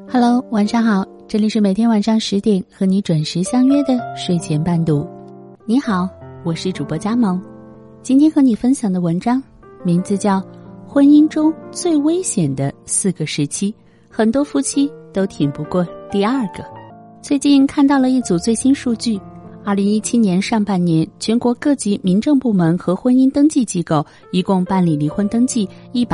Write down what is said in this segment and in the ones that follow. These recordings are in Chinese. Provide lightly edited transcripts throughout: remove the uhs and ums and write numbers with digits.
Hello， 晚上好，这里是每天晚上10点和你准时相约的睡前伴读。你好，我是主播佳萌。今天和你分享的文章名字叫《婚姻中最危险的4个时期》，很多夫妻都挺不过第2个。最近看到了一组最新数据，2017年上半年，全国各级民政部门和婚姻登记机构一共办理离婚登记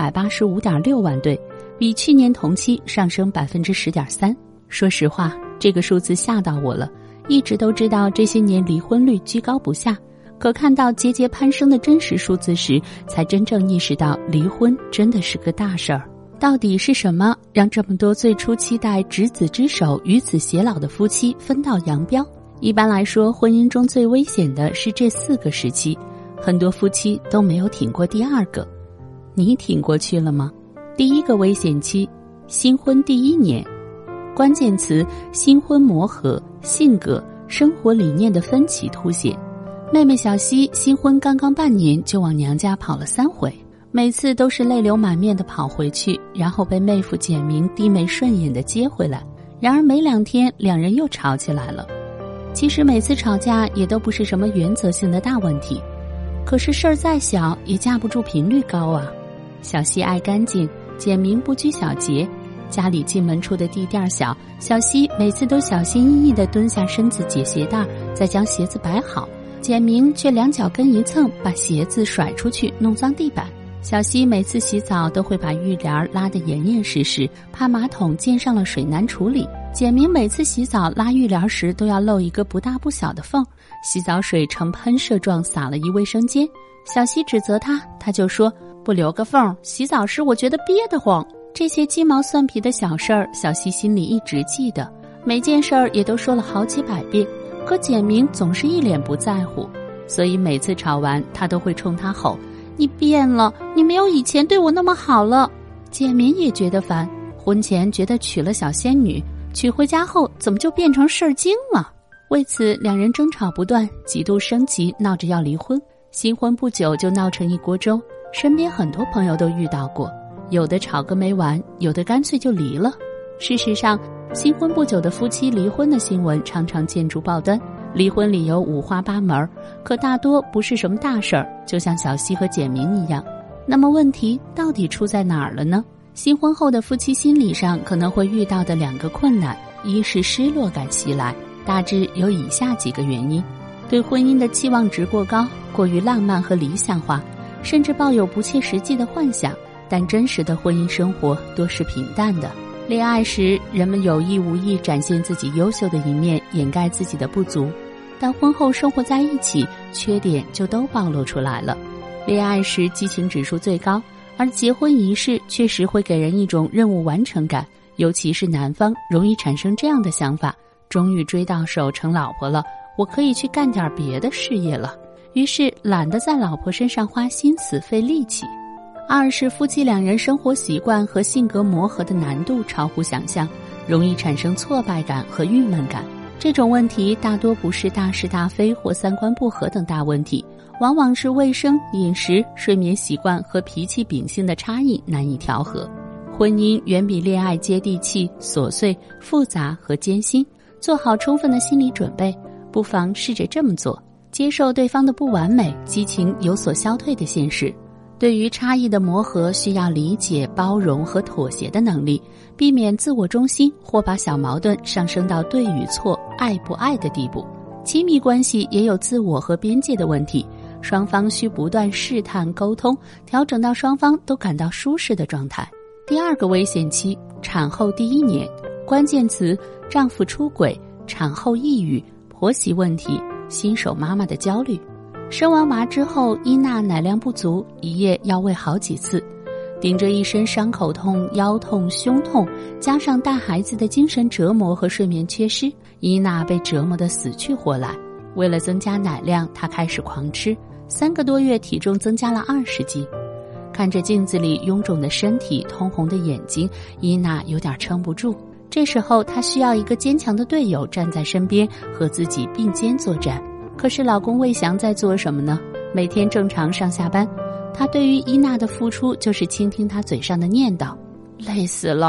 185.6万对，比去年同期上升 10.3%。 说实话，这个数字吓到我了，一直都知道这些年离婚率居高不下，可看到节节攀升的真实数字时，才真正意识到离婚真的是个大事儿。到底是什么让这么多最初期待执子之手与子偕老的夫妻分道扬镳？一般来说，婚姻中最危险的是这4个时期，很多夫妻都没有挺过第2个。你挺过去了吗？第1个危险期，新婚第1年。关键词：新婚磨合、性格、生活理念的分歧凸显。妹妹小西新婚刚刚半年就往娘家跑了3回，每次都是泪流满面地跑回去，然后被妹夫简明低眉顺眼地接回来。然而没2天，两人又吵起来了。其实每次吵架也都不是什么原则性的大问题，可是事儿再小也架不住频率高啊。小西爱干净，简明不拘小节，家里进门处的地垫小，小西每次都小心翼翼地蹲下身子解鞋带，再将鞋子摆好，简明却2脚跟一蹭，把鞋子甩出去，弄脏地板。小西每次洗澡都会把浴帘拉得严严实实，怕马桶溅上了水难处理。简明每次洗澡拉浴帘时都要漏一个不大不小的缝，洗澡水呈喷射状洒了一卫生间。小西指责他就说不留个缝，洗澡时我觉得憋得慌。这些鸡毛蒜皮的小事儿，小西心里一直记得，每件事儿也都说了好几百遍，可简明总是一脸不在乎，所以每次吵完，他都会冲他吼：你变了，你没有以前对我那么好了。简明也觉得烦，婚前觉得娶了小仙女，娶回家后怎么就变成事儿精了？为此两人争吵不断，几度升级，闹着要离婚。新婚不久就闹成一锅粥，身边很多朋友都遇到过，有的吵个没完，有的干脆就离了。事实上，新婚不久的夫妻离婚的新闻常常见诸报端，离婚理由五花八门，可大多不是什么大事儿，就像小西和简明一样。那么问题到底出在哪儿了呢？新婚后的夫妻心理上可能会遇到的2个困难，一是失落感袭来，大致有以下几个原因：对婚姻的期望值过高，过于浪漫和理想化，甚至抱有不切实际的幻想，但真实的婚姻生活多是平淡的。恋爱时，人们有意无意展现自己优秀的一面，掩盖自己的不足，但婚后生活在一起，缺点就都暴露出来了。恋爱时激情指数最高，而结婚仪式确实会给人一种任务完成感，尤其是男方容易产生这样的想法：终于追到手成老婆了，我可以去干点别的事业了，于是懒得在老婆身上花心思费力气。2是夫妻2人生活习惯和性格磨合的难度超乎想象，容易产生挫败感和郁闷感。这种问题大多不是大是大非或3观不合等大问题，往往是卫生、饮食、睡眠习惯和脾气秉性的差异难以调和。婚姻远比恋爱接地气、琐碎、复杂和艰辛，做好充分的心理准备，不妨试着这么做，接受对方的不完美，激情有所消退的现实。对于差异的磨合，需要理解、包容和妥协的能力，避免自我中心或把小矛盾上升到对与错、爱不爱的地步。亲密关系也有自我和边界的问题，双方需不断试探沟通，调整到双方都感到舒适的状态。第2个危险期，产后第1年。关键词：丈夫出轨、产后抑郁、婆媳问题、新手妈妈的焦虑。生完娃之后，伊娜奶量不足，一夜要喂好几次，顶着一身伤口痛、腰痛、胸痛，加上带孩子的精神折磨和睡眠缺失，伊娜被折磨得死去活来。为了增加奶量，她开始狂吃，3个多月体重增加了20斤。看着镜子里臃肿的身体、通红的眼睛，伊娜有点撑不住。这时候她需要一个坚强的队友站在身边，和自己并肩作战。可是老公魏翔在做什么呢？每天正常上下班，他对于伊娜的付出就是倾听她嘴上的念叨：累死了，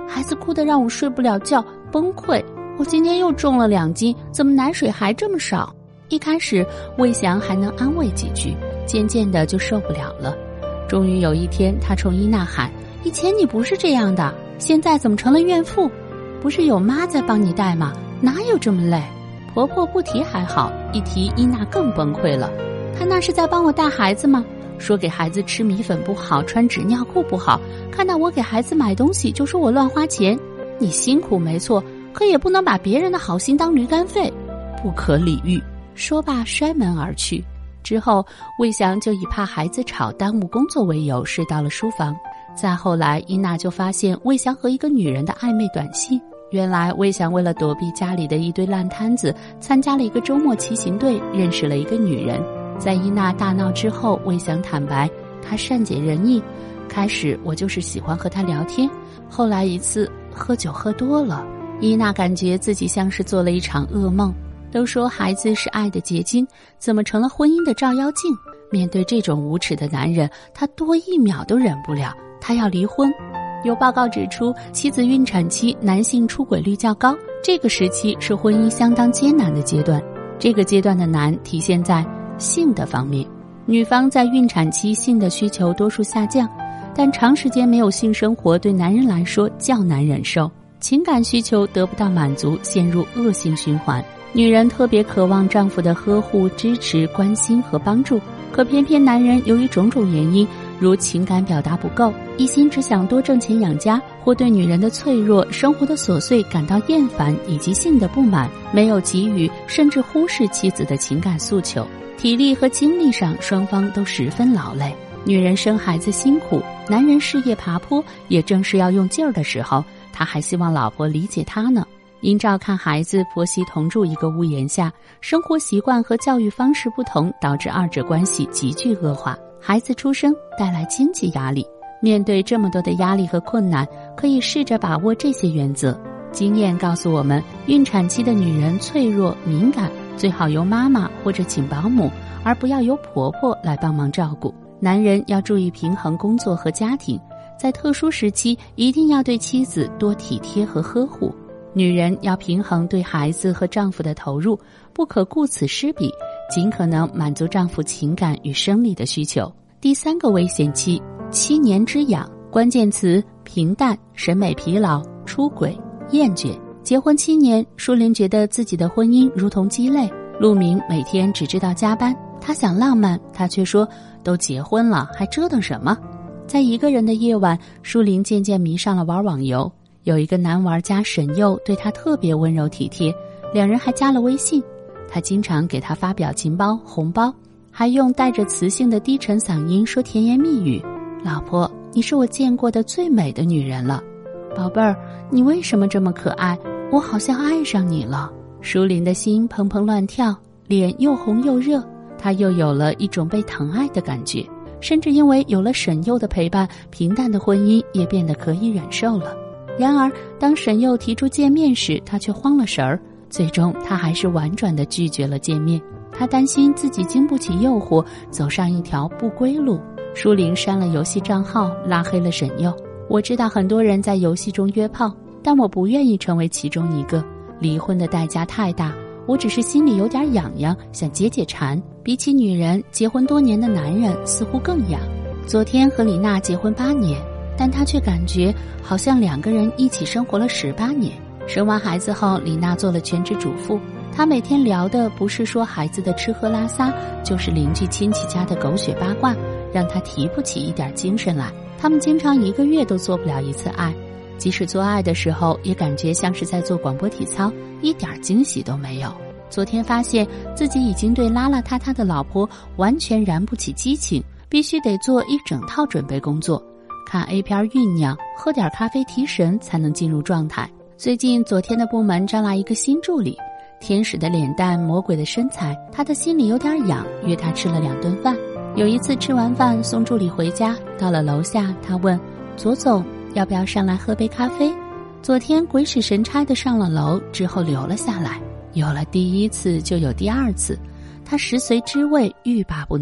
孩子哭得让我睡不了觉，崩溃。我今天又重了2斤，怎么奶水还这么少？一开始魏翔还能安慰几句，渐渐的就受不了了。终于有一天，他冲伊娜喊：以前你不是这样的，现在怎么成了怨妇？不是有妈在帮你带吗？哪有这么累？婆婆不提还好，一提伊娜更崩溃了。她那是在帮我带孩子吗？说给孩子吃米粉不好，穿纸尿裤不好，看到我给孩子买东西就说我乱花钱。你辛苦没错，可也不能把别人的好心当驴肝肺，不可理喻。说罢摔门而去。之后魏翔就以怕孩子吵耽误工作为由睡到了书房。再后来，伊娜就发现魏翔和一个女人的暧昧短信。原来魏翔为了躲避家里的一堆烂摊子，参加了一个周末骑行队，认识了一个女人。在伊娜大闹之后，魏翔坦白他善解人意，开始我就是喜欢和他聊天，后来一次喝酒喝多了，伊娜感觉自己像是做了一场噩梦。都说孩子是爱的结晶，怎么成了婚姻的照妖镜？面对这种无耻的男人，他多1秒都忍不了，他要离婚。有报告指出，妻子孕产期男性出轨率较高，这个时期是婚姻相当艰难的阶段。这个阶段的难体现在性的方面，女方在孕产期性的需求多数下降，但长时间没有性生活对男人来说较难忍受，情感需求得不到满足，陷入恶性循环。女人特别渴望丈夫的呵护、支持、关心和帮助，可偏偏男人由于种种原因，如情感表达不够，一心只想多挣钱养家，或对女人的脆弱、生活的琐碎感到厌烦以及性的不满，没有给予甚至忽视妻子的情感诉求，体力和精力上双方都十分劳累。女人生孩子辛苦，男人事业爬坡，也正是要用劲儿的时候，他还希望老婆理解他呢。因照看孩子，婆媳同住一个屋檐下，生活习惯和教育方式不同，导致二者关系急剧恶化。孩子出生带来经济压力，面对这么多的压力和困难，可以试着把握这些原则。经验告诉我们，孕产期的女人脆弱敏感，最好由妈妈或者请保姆，而不要由婆婆来帮忙照顾。男人要注意平衡工作和家庭，在特殊时期一定要对妻子多体贴和呵护。女人要平衡对孩子和丈夫的投入，不可顾此失彼，尽可能满足丈夫情感与生理的需求。第3个危险期，7年之痒，关键词：平淡、审美疲劳、出轨、厌倦。结婚7年，舒玲觉得自己的婚姻如同鸡肋。陆明每天只知道加班，他想浪漫，他却说都结婚了还折腾什么。在一个人的夜晚，舒玲渐渐迷上了玩网游。有一个男玩家沈佑对他特别温柔体贴，两人还加了微信。他经常给他发表情包、红包，还用带着磁性的低沉嗓音说甜言蜜语：老婆，你是我见过的最美的女人了。宝贝儿，你为什么这么可爱？我好像爱上你了。舒玲的心砰砰乱跳，脸又红又热，她又有了一种被疼爱的感觉，甚至因为有了沈佑的陪伴，平淡的婚姻也变得可以忍受了。然而当沈佑提出见面时，他却慌了神儿，最终他还是婉转地拒绝了见面。他担心自己经不起诱惑，走上一条不归路。舒玲删了游戏账号，拉黑了沈佑。我知道很多人在游戏中约炮，但我不愿意成为其中一个。离婚的代价太大，我只是心里有点痒痒，想解解馋。比起女人，结婚多年的男人似乎更痒。昨天和李娜结婚8年，但他却感觉好像2个人一起生活了18年。生完孩子后，李娜做了全职主妇，她每天聊的不是说孩子的吃喝拉撒，就是邻居亲戚家的狗血八卦，让她提不起一点精神来。他们经常1个月都做不了1次爱，即使做爱的时候也感觉像是在做广播体操，一点惊喜都没有。昨天发现自己已经对邋邋遢遢的老婆完全燃不起激情，必须得做一整套准备工作，看 A 片酝酿，喝点咖啡提神才能进入状态。最近昨天的部门招来一个新助理，天使的脸蛋，魔鬼的身材，他的心里有点痒，约他吃了2顿饭。有一次吃完饭送助理回家，到了楼下，他问左总要不要上来喝杯咖啡。昨天鬼使神差的上了楼之后留了下来，有了第1次就有第2次，他食髓知味，欲罢不能。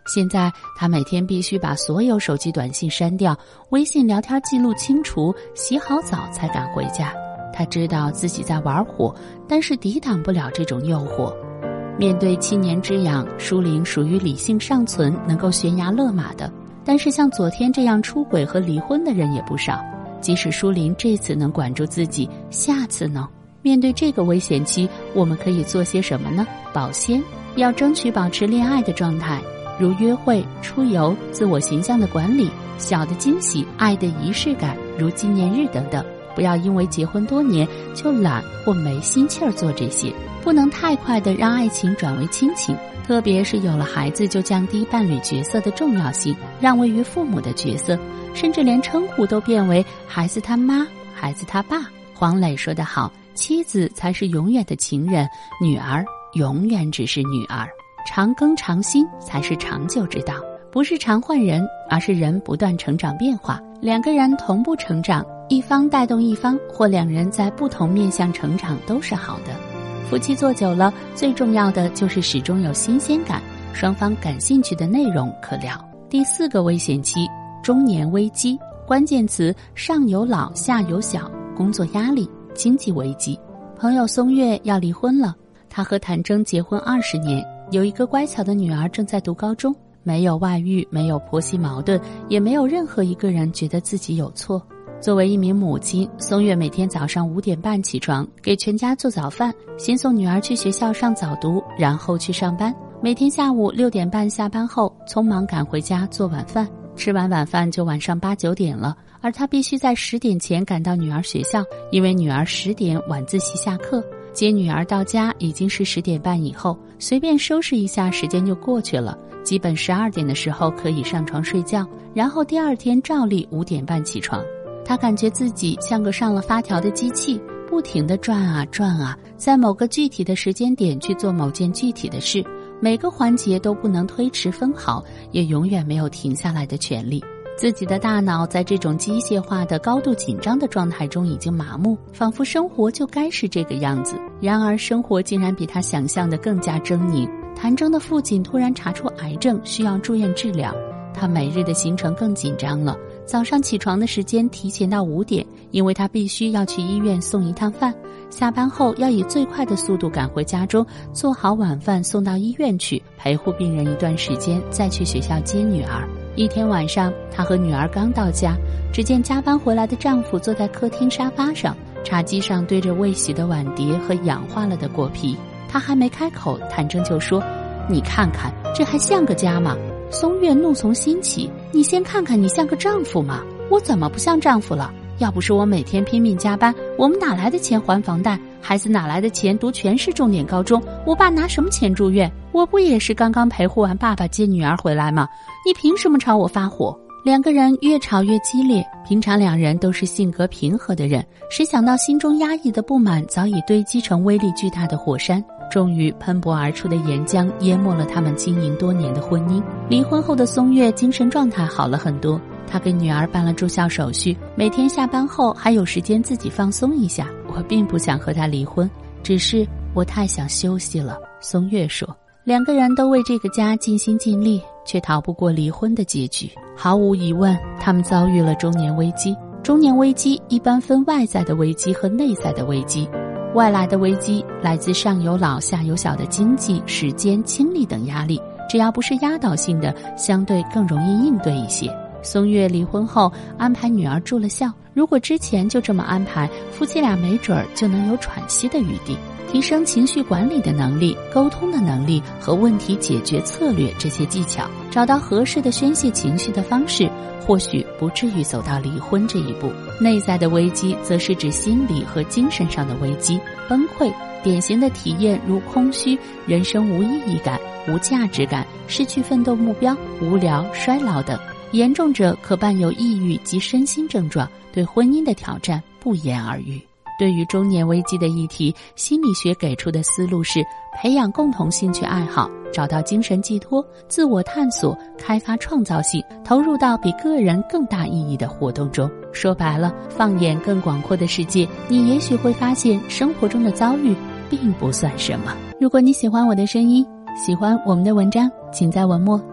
现在他每天必须把所有手机短信删掉，微信聊天记录清除，洗好澡才敢回家。他知道自己在玩火，但是抵挡不了这种诱惑。面对7年之痒，舒琳属于理性尚存，能够悬崖勒马的。但是像昨天这样出轨和离婚的人也不少。即使舒琳这次能管住自己，下次呢？面对这个危险期，我们可以做些什么呢？保鲜，要争取保持恋爱的状态，如约会、出游、自我形象的管理、小的惊喜、爱的仪式感，如纪念日等等。不要因为结婚多年就懒或没心气儿做这些，不能太快地让爱情转为亲情，特别是有了孩子就降低伴侣角色的重要性，让位于父母的角色，甚至连称呼都变为孩子他妈、孩子他爸。黄磊说得好，妻子才是永远的情人，女儿永远只是女儿，长庚长新才是长久之道。不是常换人，而是人不断成长变化，两个人同步成长，一方带动一方，或两人在不同面向成长都是好的。夫妻做久了，最重要的就是始终有新鲜感，双方感兴趣的内容可聊。第4个危险期，中年危机，关键词上有老下有小，工作压力，经济危机。朋友松月要离婚了，她和谭征结婚20年，有一个乖巧的女儿正在读高中，没有外遇，没有婆媳矛盾，也没有任何一个人觉得自己有错。作为一名母亲，松月每天早上5点半起床，给全家做早饭，先送女儿去学校上早读，然后去上班。每天下午6点半下班后，匆忙赶回家做晚饭，吃完晚饭就晚上8、9点了，而他必须在10点前赶到女儿学校，因为女儿10点晚自习下课。接女儿到家已经是10点半以后，随便收拾一下时间就过去了，基本12点的时候可以上床睡觉，然后第二天照例5点半起床。他感觉自己像个上了发条的机器，不停地转啊转啊，在某个具体的时间点去做某件具体的事，每个环节都不能推迟分毫，也永远没有停下来的权利。自己的大脑在这种机械化的高度紧张的状态中已经麻木，仿佛生活就该是这个样子。然而生活竟然比他想象的更加狰狞。谭征的父亲突然查出癌症，需要住院治疗，他每日的行程更紧张了，早上起床的时间提前到5点，因为他必须要去医院送一趟饭，下班后要以最快的速度赶回家中，做好晚饭送到医院去，陪护病人一段时间，再去学校接女儿。一天晚上，她和女儿刚到家，只见加班回来的丈夫坐在客厅沙发上，茶几上堆着未洗的碗碟和氧化了的果皮。她还没开口，谭征就说：“你看看，这还像个家吗？”松月怒从心起：“你先看看你像个丈夫吗？我怎么不像丈夫了？要不是我每天拼命加班，我们哪来的钱还房贷？孩子哪来的钱读全市重点高中？我爸拿什么钱住院？我不也是刚刚陪护完爸爸接女儿回来吗？你凭什么朝我发火？”两个人越吵越激烈。平常两人都是性格平和的人，谁想到心中压抑的不满早已堆积成威力巨大的火山，终于喷薄而出的岩浆淹没了他们经营多年的婚姻。离婚后的松月精神状态好了很多，她给女儿办了住校手续，每天下班后还有时间自己放松一下。我并不想和他离婚，只是我太想休息了，松月说。两个人都为这个家尽心尽力，却逃不过离婚的结局。毫无疑问，他们遭遇了中年危机。中年危机一般分外在的危机和内在的危机。外来的危机来自上有老下有小的经济、时间、精力等压力，只要不是压倒性的，相对更容易应对一些。松月离婚后安排女儿住了校，如果之前就这么安排，夫妻俩没准儿就能有喘息的余地，提升情绪管理的能力、沟通的能力和问题解决策略这些技巧，找到合适的宣泄情绪的方式，或许不至于走到离婚这一步。内在的危机则是指心理和精神上的危机，崩溃，典型的体验如空虚、人生无意义感、无价值感、失去奋斗目标、无聊、衰老等。严重者可伴有抑郁及身心症状，对婚姻的挑战不言而喻。对于中年危机的议题，心理学给出的思路是培养共同兴趣爱好，找到精神寄托，自我探索，开发创造性，投入到比个人更大意义的活动中。说白了，放眼更广阔的世界，你也许会发现生活中的遭遇并不算什么。如果你喜欢我的声音，喜欢我们的文章，请在文末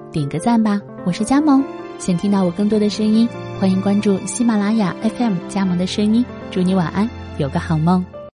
点个赞吧。我是佳萌，想听到我更多的声音，欢迎关注喜马拉雅 FM 佳萌的声音。祝你晚安，有个好梦。